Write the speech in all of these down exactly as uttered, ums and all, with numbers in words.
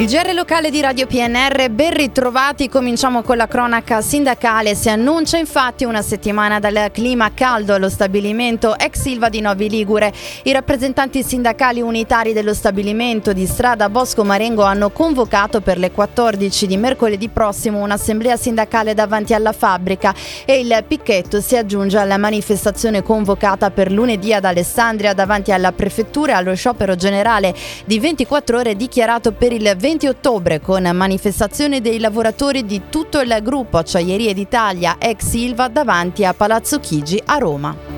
Il G R locale di Radio P N R, ben ritrovati, cominciamo con la cronaca sindacale. Si annuncia infatti una settimana dal clima caldo allo stabilimento ex Ilva di Novi Ligure. I rappresentanti sindacali unitari dello stabilimento di strada Bosco Marengo hanno convocato per le quattordici di mercoledì prossimo un'assemblea sindacale davanti alla fabbrica e il picchetto si aggiunge alla manifestazione convocata per lunedì ad Alessandria davanti alla prefettura e allo sciopero generale di ventiquattro ore dichiarato per il venti ottobre con manifestazione dei lavoratori di tutto il gruppo Acciaierie d'Italia ex Ilva davanti a Palazzo Chigi a Roma.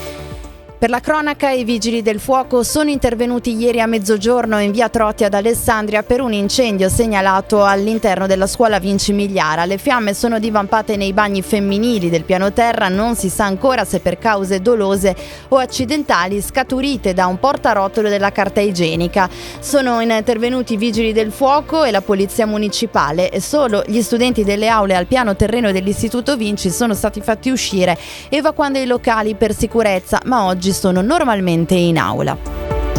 Per la cronaca, i vigili del fuoco sono intervenuti ieri a mezzogiorno in via Trotti ad Alessandria per un incendio segnalato all'interno della scuola Vinci Migliara. Le fiamme sono divampate nei bagni femminili del piano terra, non si sa ancora se per cause dolose o accidentali scaturite da un portarotolo della carta igienica. Sono intervenuti i vigili del fuoco e la polizia municipale e solo gli studenti delle aule al piano terreno dell'istituto Vinci sono stati fatti uscire evacuando i locali per sicurezza, ma oggi sono normalmente in aula.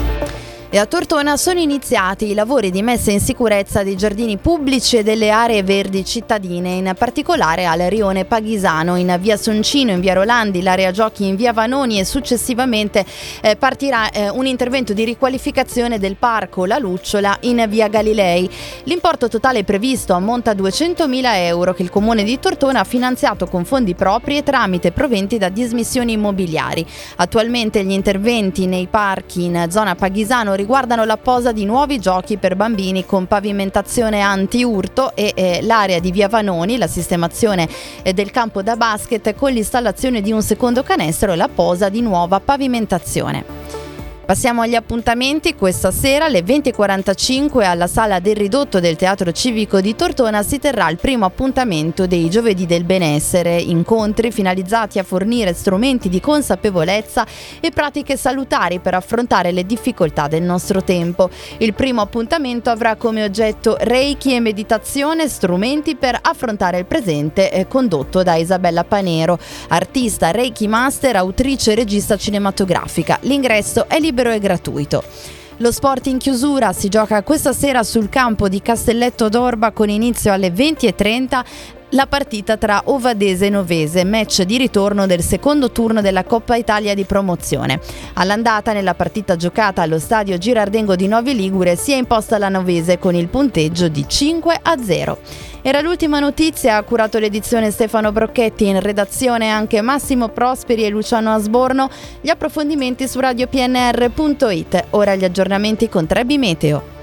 E a Tortona sono iniziati i lavori di messa in sicurezza dei giardini pubblici e delle aree verdi cittadine, in particolare al rione Paghisano, in via Soncino, in via Rolandi, l'area giochi in via Vanoni e successivamente eh, partirà eh, un intervento di riqualificazione del parco La Lucciola in via Galilei. L'importo totale previsto ammonta a duecentomila euro che il comune di Tortona ha finanziato con fondi propri e tramite proventi da dismissioni immobiliari. Attualmente gli interventi nei parchi in zona Paghisano riguardano la posa di nuovi giochi per bambini con pavimentazione anti-urto e eh, l'area di via Vanoni, la sistemazione eh, del campo da basket con l'installazione di un secondo canestro e la posa di nuova pavimentazione. Passiamo agli appuntamenti. Questa sera alle venti e quarantacinque alla sala del ridotto del Teatro Civico di Tortona si terrà il primo appuntamento dei Giovedì del Benessere, incontri finalizzati a fornire strumenti di consapevolezza e pratiche salutari per affrontare le difficoltà del nostro tempo. Il primo appuntamento avrà come oggetto Reiki e meditazione, strumenti per affrontare il presente, eh, condotto da Isabella Panero, artista Reiki Master, autrice e regista cinematografica. L'ingresso è libero e gratuito. Lo sport in chiusura si gioca questa sera sul campo di Castelletto d'Orba con inizio alle venti e trenta la partita tra Ovadese e Novese, match di ritorno del secondo turno della Coppa Italia di promozione. All'andata, nella partita giocata allo stadio Girardengo di Novi Ligure, si è imposta la Novese con il punteggio di cinque a zero. Era l'ultima notizia, ha curato l'edizione Stefano Brocchetti, in redazione anche Massimo Prosperi e Luciano Asborno. Gli approfondimenti su radio p n r punto i t. Ora gli aggiornamenti con Trebi Meteo.